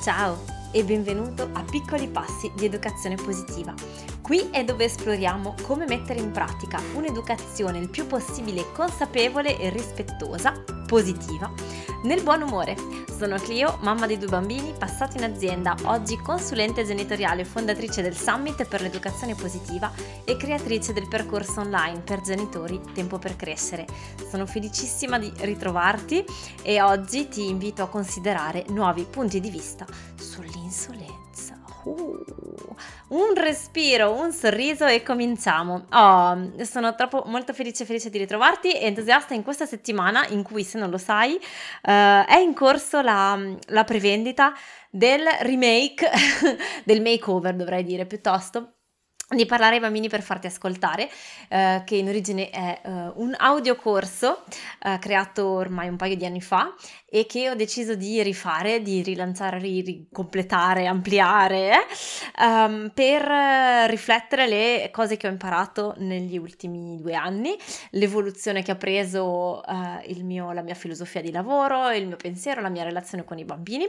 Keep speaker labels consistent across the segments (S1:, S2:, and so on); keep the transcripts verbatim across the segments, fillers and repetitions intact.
S1: Ciao e benvenuto a Piccoli Passi di Educazione Positiva. Qui è dove esploriamo come mettere in pratica un'educazione il più possibile consapevole e rispettosa, positiva, nel buon umore. Sono Clio, mamma di due bambini, passata in azienda, oggi consulente genitoriale e fondatrice del Summit per l'Educazione Positiva e creatrice del percorso online per genitori Tempo per Crescere. Sono felicissima di ritrovarti e oggi ti invito a considerare nuovi punti di vista sull'insolenza. Uh, un respiro, un sorriso e cominciamo. Oh, sono troppo molto felice felice di ritrovarti e entusiasta in questa settimana in cui, se non lo sai, uh, è in corso la, la prevendita del remake, del makeover dovrei dire piuttosto, di parlare ai bambini per farti ascoltare, eh, che in origine è eh, un audiocorso eh, creato ormai un paio di anni fa e che ho deciso di rifare, di rilanciare, ri- completare, ampliare eh, um, per riflettere le cose che ho imparato negli ultimi due anni, l'evoluzione che ha preso eh, il mio, la mia filosofia di lavoro, il mio pensiero, la mia relazione con i bambini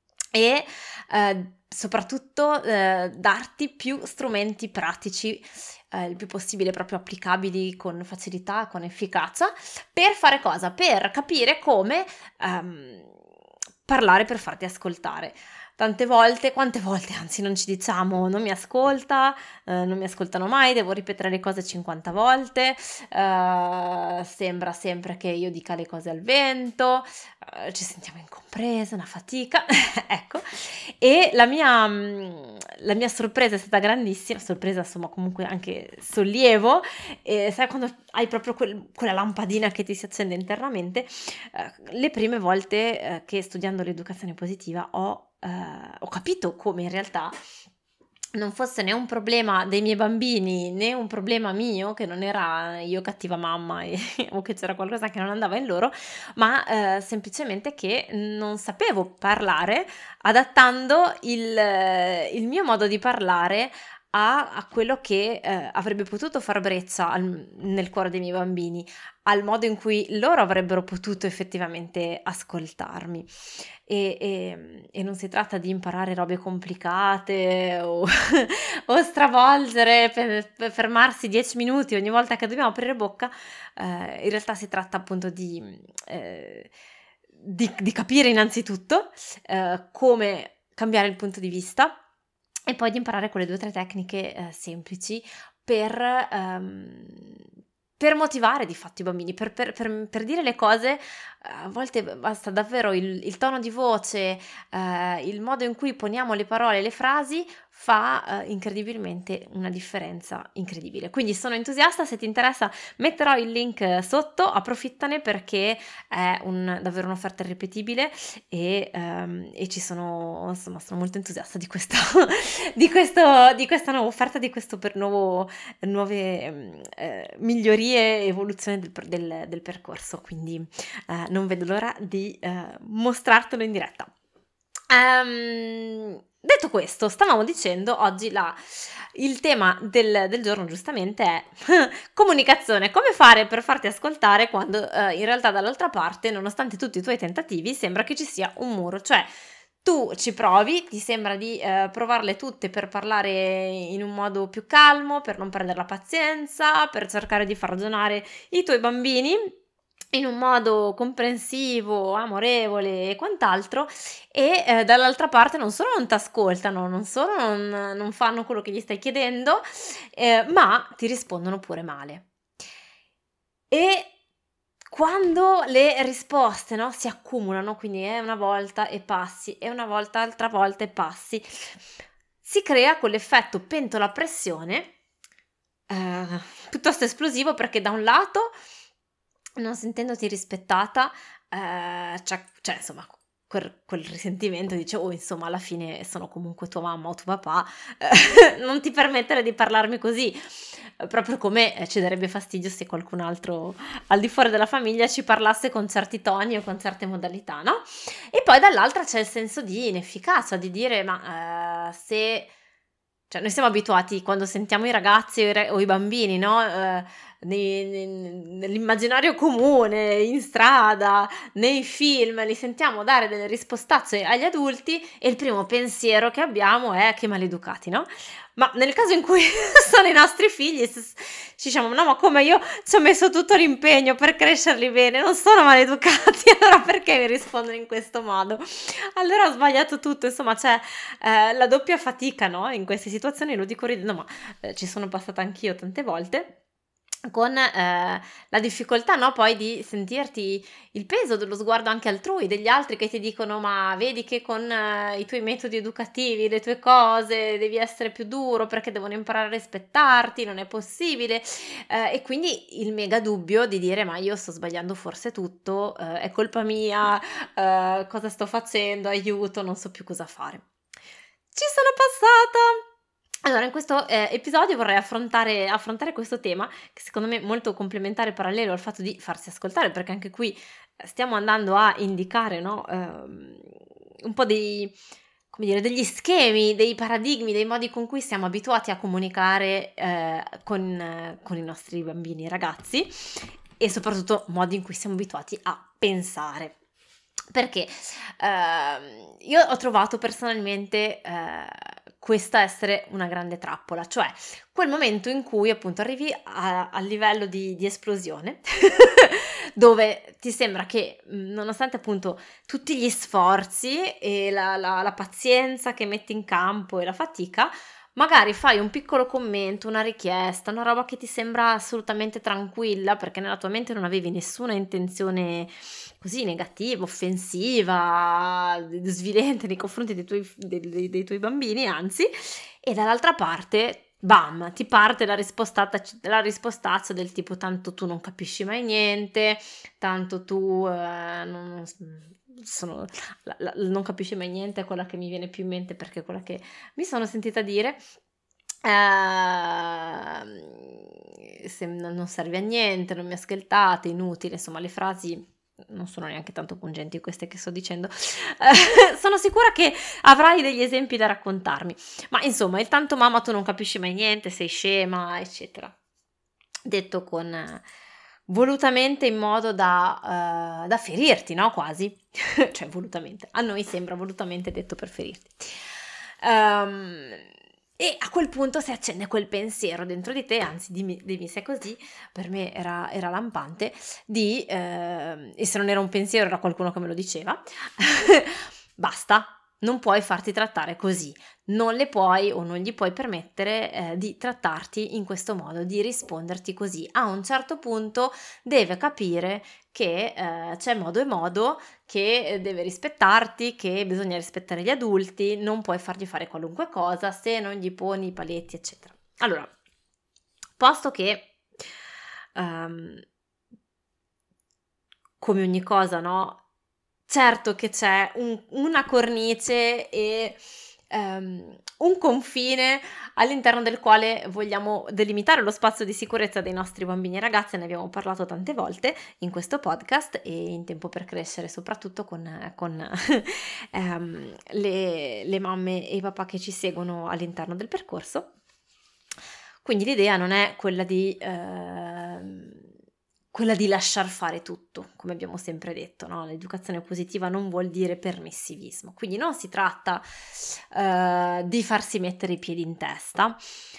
S1: e eh, soprattutto eh, darti più strumenti pratici, eh, il più possibile proprio applicabili con facilità, con efficacia, per fare cosa? Per capire come ehm, parlare per farti ascoltare. Tante volte, quante volte anzi non ci diciamo non mi ascolta, eh, non mi ascoltano mai, devo ripetere le cose cinquanta volte, eh, sembra sempre che io dica le cose al vento, eh, ci sentiamo incomprese, una fatica, ecco. E la mia, la mia sorpresa è stata grandissima, sorpresa insomma comunque anche sollievo, e sai quando hai proprio quel, quella lampadina che ti si accende internamente, eh, le prime volte eh, che studiando l'educazione positiva ho Uh, ho capito come in realtà non fosse né un problema dei miei bambini né un problema mio, che non era io cattiva mamma e, o che c'era qualcosa che non andava in loro, ma uh, semplicemente che non sapevo parlare adattando il, il mio modo di parlare a, a quello che eh, avrebbe potuto far breccia al, nel cuore dei miei bambini, al modo in cui loro avrebbero potuto effettivamente ascoltarmi. E, e, e non si tratta di imparare robe complicate o, o stravolgere per, per fermarsi dieci minuti ogni volta che dobbiamo aprire bocca, eh, in realtà si tratta appunto di, eh, di, di capire innanzitutto eh, come cambiare il punto di vista e poi di imparare quelle due o tre tecniche eh, semplici per, um, per motivare di fatto i bambini, per, per, per, per dire le cose. A volte basta davvero il, il tono di voce, eh, il modo in cui poniamo le parole, le frasi, fa eh, incredibilmente una differenza incredibile. Quindi sono entusiasta, se ti interessa metterò il link sotto, approfittane perché è un, davvero un'offerta irripetibile e, um, e ci sono, insomma, sono molto entusiasta di questa, di questo, di questa nuova offerta, di questo per nuovo, nuove eh, migliorie e evoluzione del, del, del percorso, quindi eh, non vedo l'ora di eh, mostrartelo in diretta. Um, detto questo, stavamo dicendo oggi la, il tema del, del giorno giustamente è comunicazione, come fare per farti ascoltare quando uh, in realtà dall'altra parte, nonostante tutti i tuoi tentativi, sembra che ci sia un muro, cioè tu ci provi, ti sembra di uh, provarle tutte per parlare in un modo più calmo, per non perdere la pazienza, per cercare di far ragionare i tuoi bambini in un modo comprensivo, amorevole e quant'altro, e eh, dall'altra parte non solo non ti ascoltano, non solo non, non fanno quello che gli stai chiedendo, eh, ma ti rispondono pure male. E quando le risposte, no, si accumulano, quindi è una volta e passi, e una volta, altra volta e passi, si crea quell'effetto pentola a pressione eh, piuttosto esplosivo, perché da un lato, non sentendoti rispettata, eh, cioè, cioè insomma quel, quel risentimento dice oh insomma alla fine sono comunque tua mamma o tuo papà, eh, non ti permettere di parlarmi così, eh, proprio come ci darebbe fastidio se qualcun altro al di fuori della famiglia ci parlasse con certi toni o con certe modalità, no? E poi dall'altra c'è il senso di inefficacia, di dire ma eh, se... Cioè noi siamo abituati quando sentiamo i ragazzi o i, o i bambini, no? Eh, nei- nei- nell'immaginario comune, in strada, nei film, li sentiamo dare delle rispostazze agli adulti e il primo pensiero che abbiamo è che maleducati, no? Ma nel caso in cui sono i nostri figli, s- ci diciamo, no, ma come io ci ho messo tutto l'impegno per crescerli bene, non sono maleducati, allora perché mi rispondono in questo modo? Allora ho sbagliato tutto, insomma, c'è eh, la doppia fatica, no? In queste situazioni, lo dico ridendo, ma eh, ci sono passata anch'io tante volte, con eh, la difficoltà, no, poi di sentirti il peso dello sguardo anche altrui, degli altri che ti dicono ma vedi che con eh, i tuoi metodi educativi, le tue cose, devi essere più duro perché devono imparare a rispettarti, non è possibile, eh, e quindi il mega dubbio di dire ma io sto sbagliando forse tutto, eh, è colpa mia, eh, cosa sto facendo, aiuto, non so più cosa fare. Ci sono passata! Allora, in questo eh, episodio vorrei affrontare, affrontare questo tema, che secondo me è molto complementare e parallelo al fatto di farsi ascoltare, perché anche qui eh, stiamo andando a indicare, no, ehm, un po' dei, come dire, degli schemi, dei paradigmi, dei modi con cui siamo abituati a comunicare eh, con, eh, con i nostri bambini e ragazzi, e soprattutto modi in cui siamo abituati a pensare. Perché ehm, io ho trovato personalmente eh, questa essere una grande trappola, cioè quel momento in cui appunto arrivi a- al livello di, di esplosione, dove ti sembra che mh, nonostante appunto tutti gli sforzi e la, la- la pazienza che metti in campo e la fatica, magari fai un piccolo commento, una richiesta, una roba che ti sembra assolutamente tranquilla perché nella tua mente non avevi nessuna intenzione così negativa, offensiva, svilente nei confronti dei tuoi, dei, dei- dei tuoi bambini, anzi, e dall'altra parte, bam, ti parte la rispostata, la rispostazza del tipo tanto tu non capisci mai niente, tanto tu eh, non, sono, la- la- non capisci mai niente, è quella che mi viene più in mente perché è quella che mi sono sentita dire. Ehm, se non non serve a niente, non mi ascoltate, inutile, insomma le frasi non sono neanche tanto pungenti queste che sto dicendo. Eh, sono sicura che avrai degli esempi da raccontarmi, ma insomma il tanto mamma tu non capisci mai niente, sei scema, eccetera. Detto con eh, volutamente in modo da, eh, da ferirti, no? Quasi, cioè volutamente, a noi sembra volutamente detto per ferirti. Ehm, e a quel punto si accende quel pensiero dentro di te, anzi dimmi, dimmi se è così, per me era, era lampante, di, ehm, e se non era un pensiero era qualcuno che me lo diceva, basta, non puoi farti trattare così, non le puoi o non gli puoi permettere eh, di trattarti in questo modo, di risponderti così. A un certo punto deve capire che eh, c'è modo e modo, che deve rispettarti, che bisogna rispettare gli adulti, non puoi fargli fare qualunque cosa se non gli poni i paletti, eccetera. Allora, posto che um, come ogni cosa, no? Certo che c'è un- una cornice e ehm, un confine all'interno del quale vogliamo delimitare lo spazio di sicurezza dei nostri bambini e ragazzi, ne abbiamo parlato tante volte in questo podcast e in Tempo per Crescere, soprattutto con, con ehm, le, le mamme e i papà che ci seguono all'interno del percorso. Quindi l'idea non è quella di, ehm, quella di lasciar fare tutto, come abbiamo sempre detto, no? L'educazione positiva non vuol dire permissivismo, quindi non si tratta eh, di farsi mettere i piedi in testa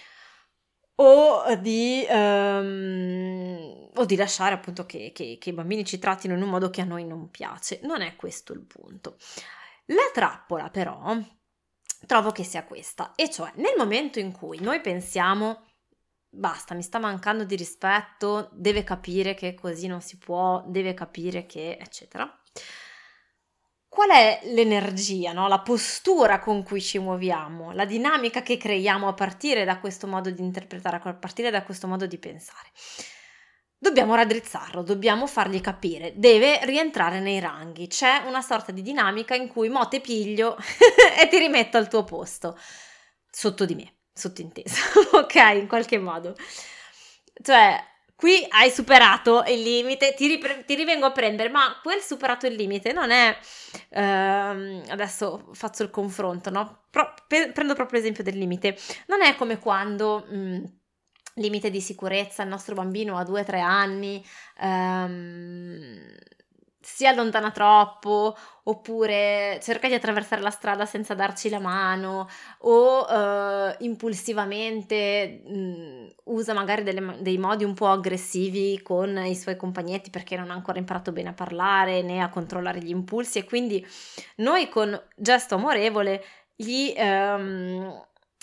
S1: o di, ehm, o di lasciare appunto che, che- che i bambini ci trattino in un modo che a noi non piace. Non è questo il punto. La trappola però trovo che sia questa, e cioè nel momento in cui noi pensiamo basta, mi sta mancando di rispetto, deve capire che così non si può, deve capire che, eccetera. Qual è l'energia, no? La postura con cui ci muoviamo, la dinamica che creiamo a partire da questo modo di interpretare, a partire da questo modo di pensare? Dobbiamo raddrizzarlo, dobbiamo fargli capire, deve rientrare nei ranghi. C'è una sorta di dinamica in cui mo te piglio e ti rimetto al tuo posto, sotto di me, sottinteso, ok? In qualche modo. Cioè, qui hai superato il limite, ti, ripre- ti rivengo a prendere, ma quel superato il limite non è... ehm, adesso faccio il confronto, no? Pro- pe- prendo proprio l'esempio del limite. Non è come quando... mh, limite di sicurezza, il nostro bambino ha due tre anni, ehm, si allontana troppo, oppure cerca di attraversare la strada senza darci la mano, o eh, impulsivamente mh, usa magari delle- dei modi un po' aggressivi con i suoi compagnetti perché non ha ancora imparato bene a parlare né a controllare gli impulsi, e quindi noi con gesto amorevole gli ehm,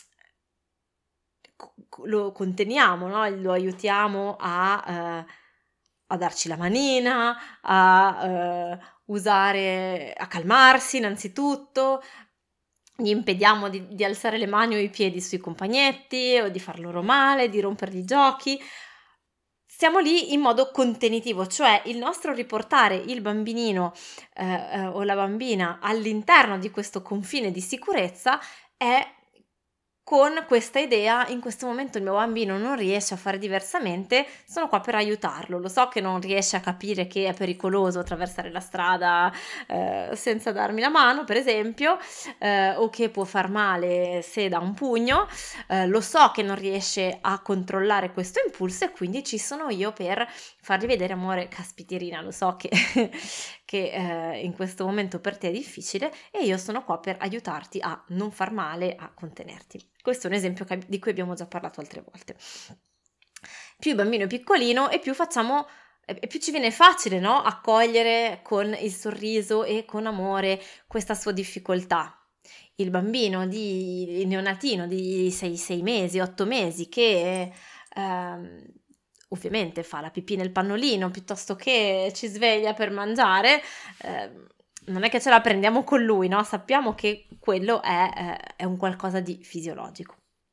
S1: co- lo conteniamo, no? Lo aiutiamo a, eh, a darci la manina, a eh, usare, a calmarsi innanzitutto, gli impediamo di, di alzare le mani o i piedi sui compagnetti o di far loro male, di rompergli i giochi. Siamo lì in modo contenitivo, cioè il nostro riportare il bambinino eh, eh, o la bambina all'interno di questo confine di sicurezza è con questa idea: in questo momento il mio bambino non riesce a fare diversamente, sono qua per aiutarlo. Lo so che non riesce a capire che è pericoloso attraversare la strada eh, senza darmi la mano, per esempio, eh, o che può far male se dà un pugno, eh, lo so che non riesce a controllare questo impulso, e quindi ci sono io per fargli vedere: amore, caspiterina, lo so che, che eh, in questo momento per te è difficile, e io sono qua per aiutarti a non far male, a contenerti. Questo è un esempio che, di cui abbiamo già parlato altre volte. Più il bambino è piccolino e più facciamo, e più ci viene facile, no? Accogliere con il sorriso e con amore questa sua difficoltà. Il bambino di il neonatino di sei mesi, otto mesi, che ehm, ovviamente fa la pipì nel pannolino piuttosto che ci sveglia per mangiare, ehm, non è che ce la prendiamo con lui, no? Sappiamo che quello è, eh, è un qualcosa di fisiologico.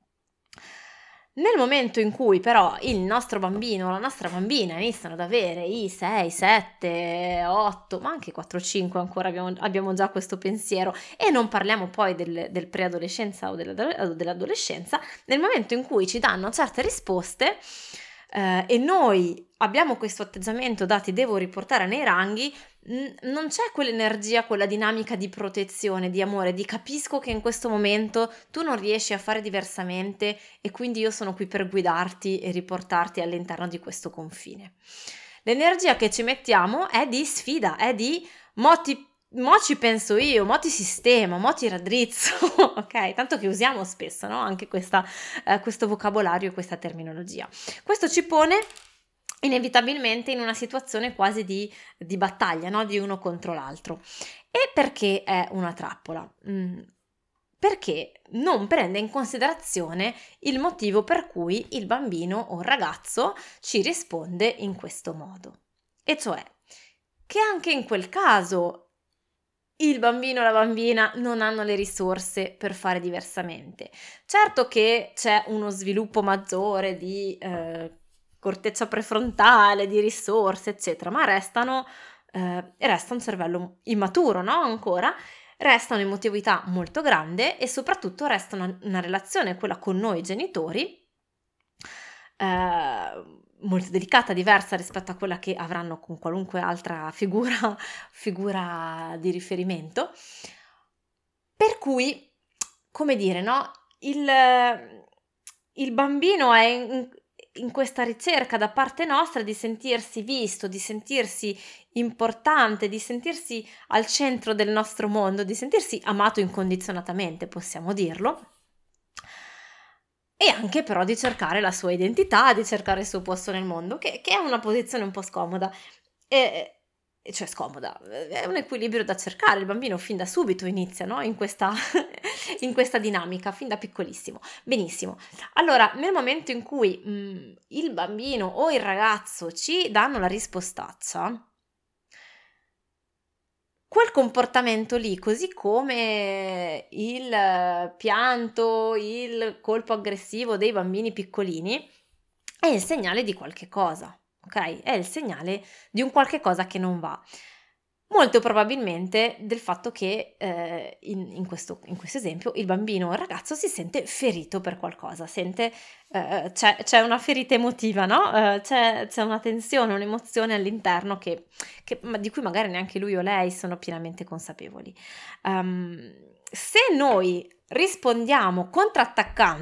S1: Nel momento in cui però il nostro bambino o la nostra bambina iniziano ad avere i sei, sette, otto, ma anche quattro cinque, ancora abbiamo, abbiamo già questo pensiero, e non parliamo poi del, del preadolescenza o dell'adolescenza, nel momento in cui ci danno certe risposte eh, e noi abbiamo questo atteggiamento da ti devo riportare nei ranghi, non c'è quell'energia, quella dinamica di protezione, di amore, di capisco che in questo momento tu non riesci a fare diversamente e quindi io sono qui per guidarti e riportarti all'interno di questo confine. L'energia che ci mettiamo è di sfida, è di mo, ti, mo ci penso io, mo ti sistemo, mo ti raddrizzo, ok? Tanto che usiamo spesso, no? Anche questa, eh, questo vocabolario e questa terminologia. Questo ci pone inevitabilmente in una situazione quasi di, di battaglia, no? Di uno contro l'altro. E perché è una trappola? Mm, perché non prende in considerazione il motivo per cui il bambino o il ragazzo ci risponde in questo modo. E cioè che anche in quel caso il bambino o la bambina non hanno le risorse per fare diversamente. Certo che c'è uno sviluppo maggiore di eh, corteccia prefrontale, di risorse, eccetera, ma restano, eh, resta un cervello immaturo, no? Ancora, resta un'emotività molto grande e soprattutto resta una, una relazione, quella con noi genitori, eh, molto delicata, diversa rispetto a quella che avranno con qualunque altra figura, figura di riferimento. Per cui, come dire, no? Il, il bambino è in, in questa ricerca da parte nostra di sentirsi visto, di sentirsi importante, di sentirsi al centro del nostro mondo, di sentirsi amato incondizionatamente, possiamo dirlo, e anche però di cercare la sua identità, di cercare il suo posto nel mondo, che, che è una posizione un po' scomoda. E, cioè scomoda, è un equilibrio da cercare. Il bambino fin da subito inizia, no? in, questa, in questa dinamica, fin da piccolissimo. Benissimo. Allora, nel momento in cui mh, il bambino o il ragazzo ci danno la rispostaccia, quel comportamento lì, così come il pianto, il colpo aggressivo dei bambini piccolini, è il segnale di qualche cosa. Ok? È il segnale di un qualche cosa che non va. Molto probabilmente del fatto che eh, in, in, questo, in questo esempio il bambino o il ragazzo si sente ferito per qualcosa, sente eh, c'è, c'è una ferita emotiva, no? Eh, c'è, c'è una tensione, un'emozione all'interno che, che, di cui magari neanche lui o lei sono pienamente consapevoli. Um, se noi rispondiamo contrattaccando,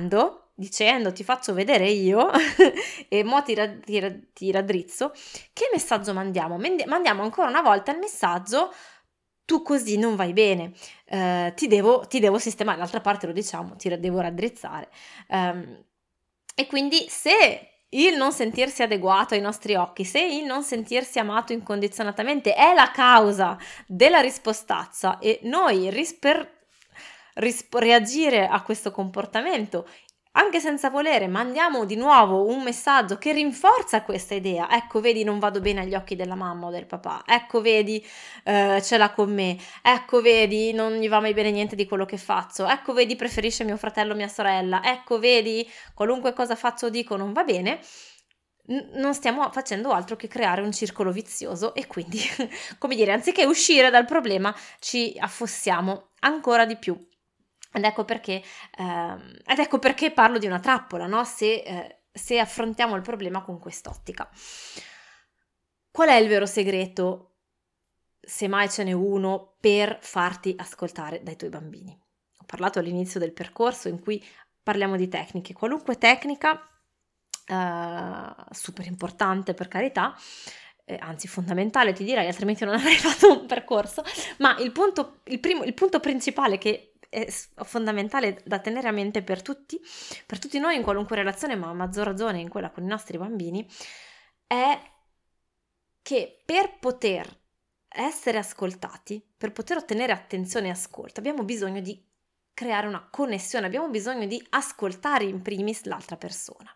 S1: dicendo ti faccio vedere io e mo ti, ra- ti, ra- ti raddrizzo, che messaggio mandiamo? Mandi- mandiamo ancora una volta il messaggio tu così non vai bene, eh, ti devo, ti devo sistemare, d'altra parte lo diciamo, ti ra- devo raddrizzare. Ehm, e quindi se il non sentirsi adeguato ai nostri occhi, se il non sentirsi amato incondizionatamente è la causa della rispostazza e noi ris- per ris- reagire a questo comportamento, anche senza volere, mandiamo di nuovo un messaggio che rinforza questa idea. Ecco, vedi, non vado bene agli occhi della mamma o del papà. Ecco, vedi, eh, ce l'ha con me. Ecco, vedi, non gli va mai bene niente di quello che faccio. Ecco, vedi, preferisce mio fratello o mia sorella. Ecco, vedi, qualunque cosa faccio o dico non va bene. Non stiamo facendo altro che creare un circolo vizioso e quindi, come dire, anziché uscire dal problema, ci affossiamo ancora di più. Ed ecco perché, ehm, ed ecco perché parlo di una trappola, no? Se, eh, se affrontiamo il problema con quest'ottica. Qual è il vero segreto, se mai ce n'è uno, per farti ascoltare dai tuoi bambini? Ho parlato all'inizio del percorso in cui parliamo di tecniche. Qualunque tecnica, eh, super importante per carità, eh, anzi fondamentale ti direi, altrimenti non avrei fatto un percorso, ma il punto, il primo, il punto principale che è fondamentale da tenere a mente per tutti, per tutti noi in qualunque relazione, ma a maggior ragione in quella con i nostri bambini, è che per poter essere ascoltati, per poter ottenere attenzione e ascolto, abbiamo bisogno di creare una connessione, abbiamo bisogno di ascoltare in primis l'altra persona,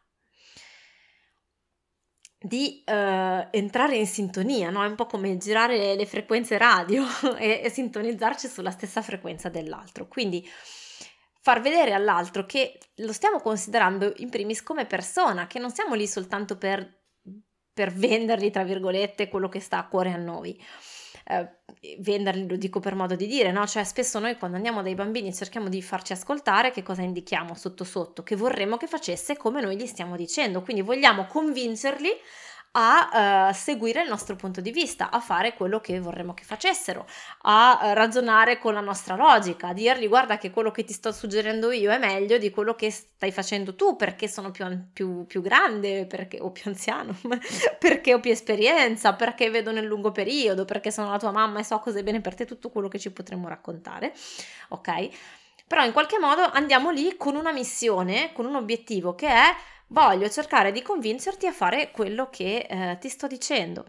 S1: di uh, entrare in sintonia, no? È un po' come girare le frequenze radio e, e sintonizzarci sulla stessa frequenza dell'altro. Quindi far vedere all'altro che lo stiamo considerando in primis come persona, che non siamo lì soltanto per, per vendergli, tra virgolette, quello che sta a cuore a noi. Eh, venderli, lo dico per modo di dire, no? Cioè spesso noi quando andiamo dai bambini cerchiamo di farci ascoltare, che cosa indichiamo sotto sotto? Che vorremmo che facesse come noi gli stiamo dicendo, quindi vogliamo convincerli a uh, seguire il nostro punto di vista, a fare quello che vorremmo che facessero, a uh, ragionare con la nostra logica, a dirgli guarda che quello che ti sto suggerendo io è meglio di quello che stai facendo tu perché sono più, più, più grande perché, o più anziano, perché ho più esperienza, perché vedo nel lungo periodo, perché sono la tua mamma e so cosa è bene per te, tutto quello che ci potremmo raccontare, ok? Però in qualche modo andiamo lì con una missione, con un obiettivo che è voglio cercare di convincerti a fare quello che eh, ti sto dicendo.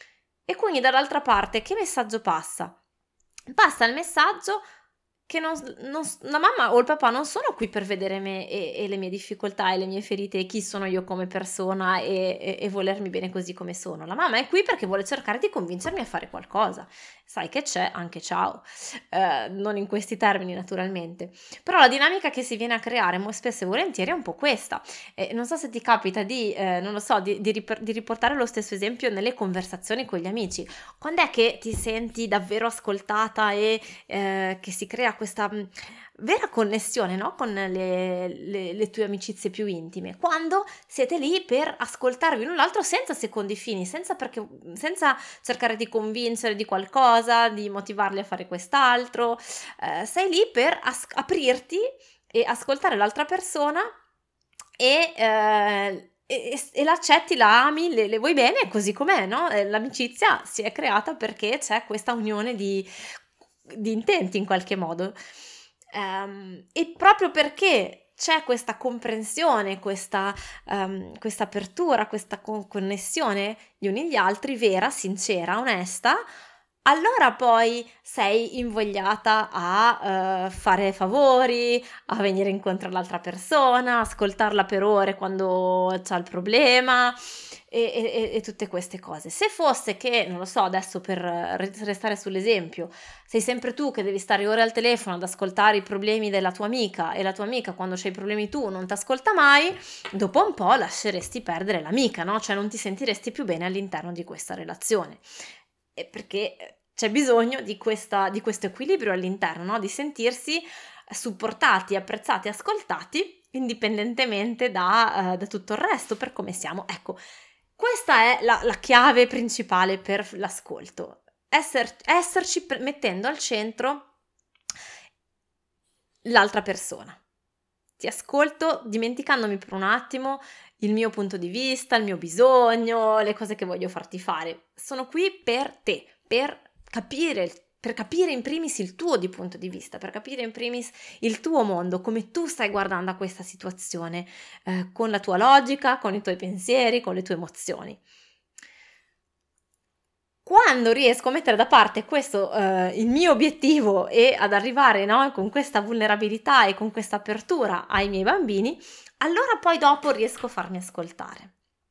S1: E quindi dall'altra parte che messaggio passa? Passa il messaggio che non, non, la mamma o il papà non sono qui per vedere me e, e le mie difficoltà e le mie ferite e chi sono io come persona e, e, e volermi bene così come sono. La mamma è qui perché vuole cercare di convincermi a fare qualcosa. Sai che c'è, anche ciao. Eh, non in questi termini naturalmente. Però la dinamica che si viene a creare spesso e volentieri è un po' questa. Eh, non so se ti capita di, eh, non lo so, di, di, rip- di riportare lo stesso esempio nelle conversazioni con gli amici. Quando è che ti senti davvero ascoltata e eh, che si crea questa mh, vera connessione, no? Con le, le, le tue amicizie più intime, quando siete lì per ascoltarvi l'un l'altro senza secondi fini, senza, perché, senza cercare di convincere di qualcosa, di motivarli a fare quest'altro, eh, sei lì per as- aprirti e ascoltare l'altra persona e... Eh, E, e l'accetti, la ami, le, le vuoi bene così com'è, no? L'amicizia si è creata perché c'è questa unione di, di intenti in qualche modo. Um, e proprio perché c'è questa comprensione, questa, um, questa apertura, questa con- connessione gli uni gli altri, vera, sincera, onesta, allora poi sei invogliata a uh, fare favori, a venire incontro all'altra persona, ascoltarla per ore quando c'ha il problema e, e, e tutte queste cose. Se fosse che, non lo so, adesso per restare sull'esempio, sei sempre tu che devi stare ore al telefono ad ascoltare i problemi della tua amica e la tua amica quando c'hai i problemi tu non ti ascolta mai, dopo un po' lasceresti perdere l'amica, no? Cioè non ti sentiresti più bene all'interno di questa relazione. E perché c'è bisogno di, questa, di questo equilibrio all'interno, no? Di sentirsi supportati, apprezzati, ascoltati, indipendentemente da, uh, da tutto il resto, per come siamo. Ecco, questa è la, la chiave principale per l'ascolto. Esser, esserci mettendo al centro l'altra persona. ti ascolto dimenticandomi per un attimo il mio punto di vista, il mio bisogno, le cose che voglio farti fare. Sono qui per te, per capire, per capire in primis il tuo di punto di vista, per capire in primis il tuo mondo, come tu stai guardando a questa situazione, eh, con la tua logica, con i tuoi pensieri, con le tue emozioni. Quando riesco a mettere da parte questo, eh, il mio obiettivo e ad arrivare, no, con questa vulnerabilità e con questa apertura ai miei bambini, allora poi dopo riesco a farmi ascoltare.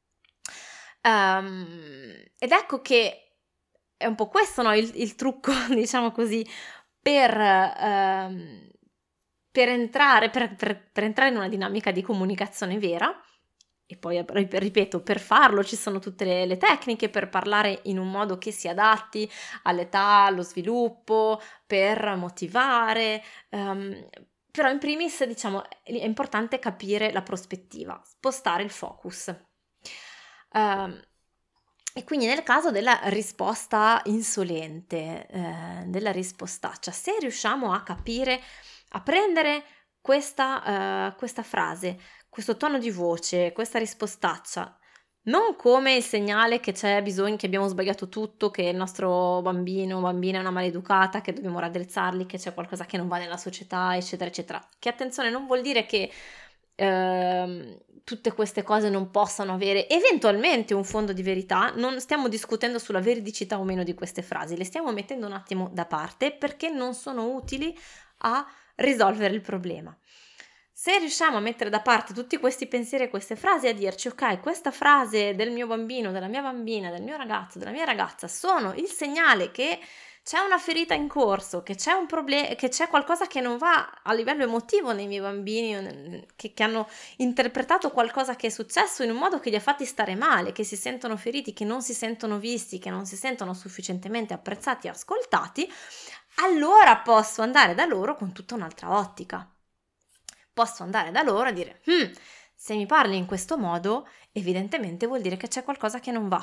S1: Um, ed ecco che è un po' questo, no, il, il trucco, diciamo così, per, um, per, entrare, per, per, per entrare in una dinamica di comunicazione vera. E poi, ripeto, per farlo ci sono tutte le, le tecniche per parlare in un modo che si adatti all'età, allo sviluppo, per motivare, um, però in primis, diciamo, è importante capire la prospettiva, spostare il focus. Um, e quindi nel caso della risposta insolente, eh, della rispostaccia, se riusciamo a capire, a prendere questa, uh, questa frase, questo tono di voce, questa rispostaccia, non come il segnale che c'è bisogno, che abbiamo sbagliato tutto, che il nostro bambino o bambina è una maleducata, che dobbiamo raddrizzarli, che c'è qualcosa che non va nella società, eccetera, eccetera. Che attenzione, non vuol dire che eh, tutte queste cose non possano avere eventualmente un fondo di verità. Non stiamo discutendo sulla veridicità o meno di queste frasi, le stiamo mettendo un attimo da parte perché non sono utili a risolvere il problema. Se riusciamo a mettere da parte tutti questi pensieri e queste frasi e a dirci ok, questa frase del mio bambino, della mia bambina, del mio ragazzo, della mia ragazza sono il segnale che c'è una ferita in corso, che c'è un problema, che c'è qualcosa che non va a livello emotivo nei miei bambini, che, che hanno interpretato qualcosa che è successo in un modo che li ha fatti stare male, che si sentono feriti, che non si sentono visti, che non si sentono sufficientemente apprezzati e ascoltati, allora posso andare da loro con tutta un'altra ottica. Posso andare da loro e dire hm, se mi parli in questo modo evidentemente vuol dire che c'è qualcosa che non va,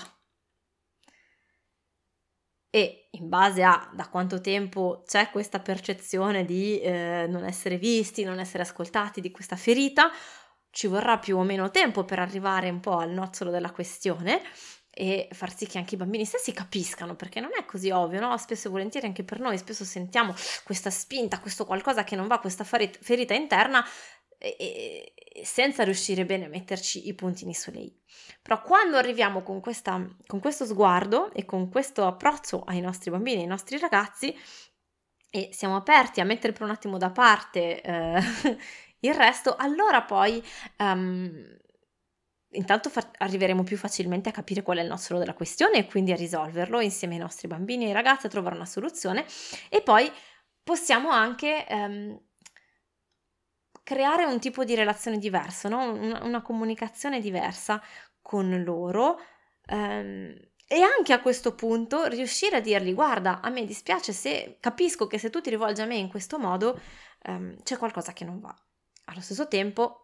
S1: e in base a da quanto tempo c'è questa percezione di eh, non essere visti, non essere ascoltati, di questa ferita, ci vorrà più o meno tempo per arrivare un po' al nocciolo della questione e far sì che anche i bambini stessi capiscano, perché non è così ovvio, no? Spesso e volentieri anche per noi, spesso sentiamo questa spinta, questo qualcosa che non va, questa ferita interna, e, e, senza riuscire bene a metterci i puntini sulle i. Però quando arriviamo con, questa, con questo sguardo e con questo approccio ai nostri bambini, ai nostri ragazzi, e siamo aperti a mettere per un attimo da parte eh, il resto, allora poi um, intanto fa- arriveremo più facilmente a capire qual è il nocciolo della questione e quindi a risolverlo insieme ai nostri bambini e ai ragazzi, a trovare una soluzione, e poi possiamo anche um, creare un tipo di relazione diverso, no? una, una comunicazione diversa con loro, um, e anche a questo punto riuscire a dirgli guarda, a me dispiace se capisco che se tu ti rivolgi a me in questo modo um, c'è qualcosa che non va. Allo stesso tempo,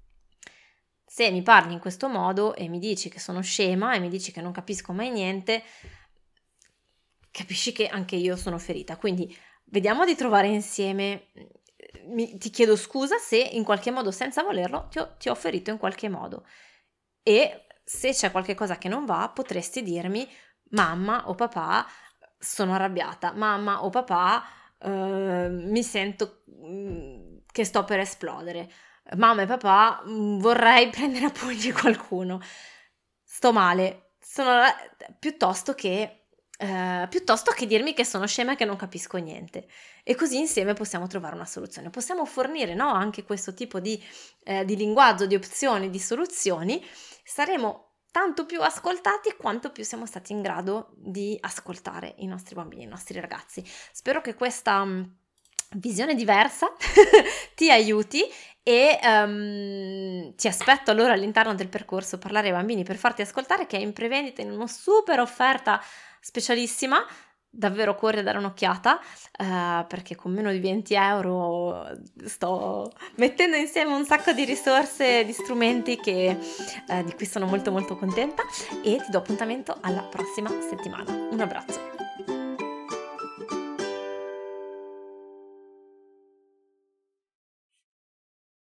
S1: se mi parli in questo modo e mi dici che sono scema e mi dici che non capisco mai niente, capisci che anche io sono ferita. Quindi vediamo di trovare insieme, mi, ti chiedo scusa se in qualche modo, senza volerlo, ti ho, ti ho ferito in qualche modo. E se c'è qualche cosa che non va, potresti dirmi mamma o papà, sono arrabbiata, mamma o papà, eh, mi sento mh, che sto per esplodere. Mamma e papà, vorrei prendere a pugni qualcuno, sto male, sono piuttosto che eh, piuttosto che dirmi che sono scema e che non capisco niente. E così insieme possiamo trovare una soluzione, possiamo fornire, no, anche questo tipo di, eh, di linguaggio, di opzioni, di soluzioni. Saremo tanto più ascoltati quanto più siamo stati in grado di ascoltare i nostri bambini, i nostri ragazzi. Spero che questa visione diversa ti aiuti e um, ti aspetto allora all'interno del percorso Parlare ai bambini per farti ascoltare, che è in prevendita in una super offerta specialissima. Davvero corri a dare un'occhiata, uh, perché con meno di venti euro sto mettendo insieme un sacco di risorse, di strumenti che, uh, di cui sono molto molto contenta, e ti do appuntamento alla prossima settimana. Un abbraccio.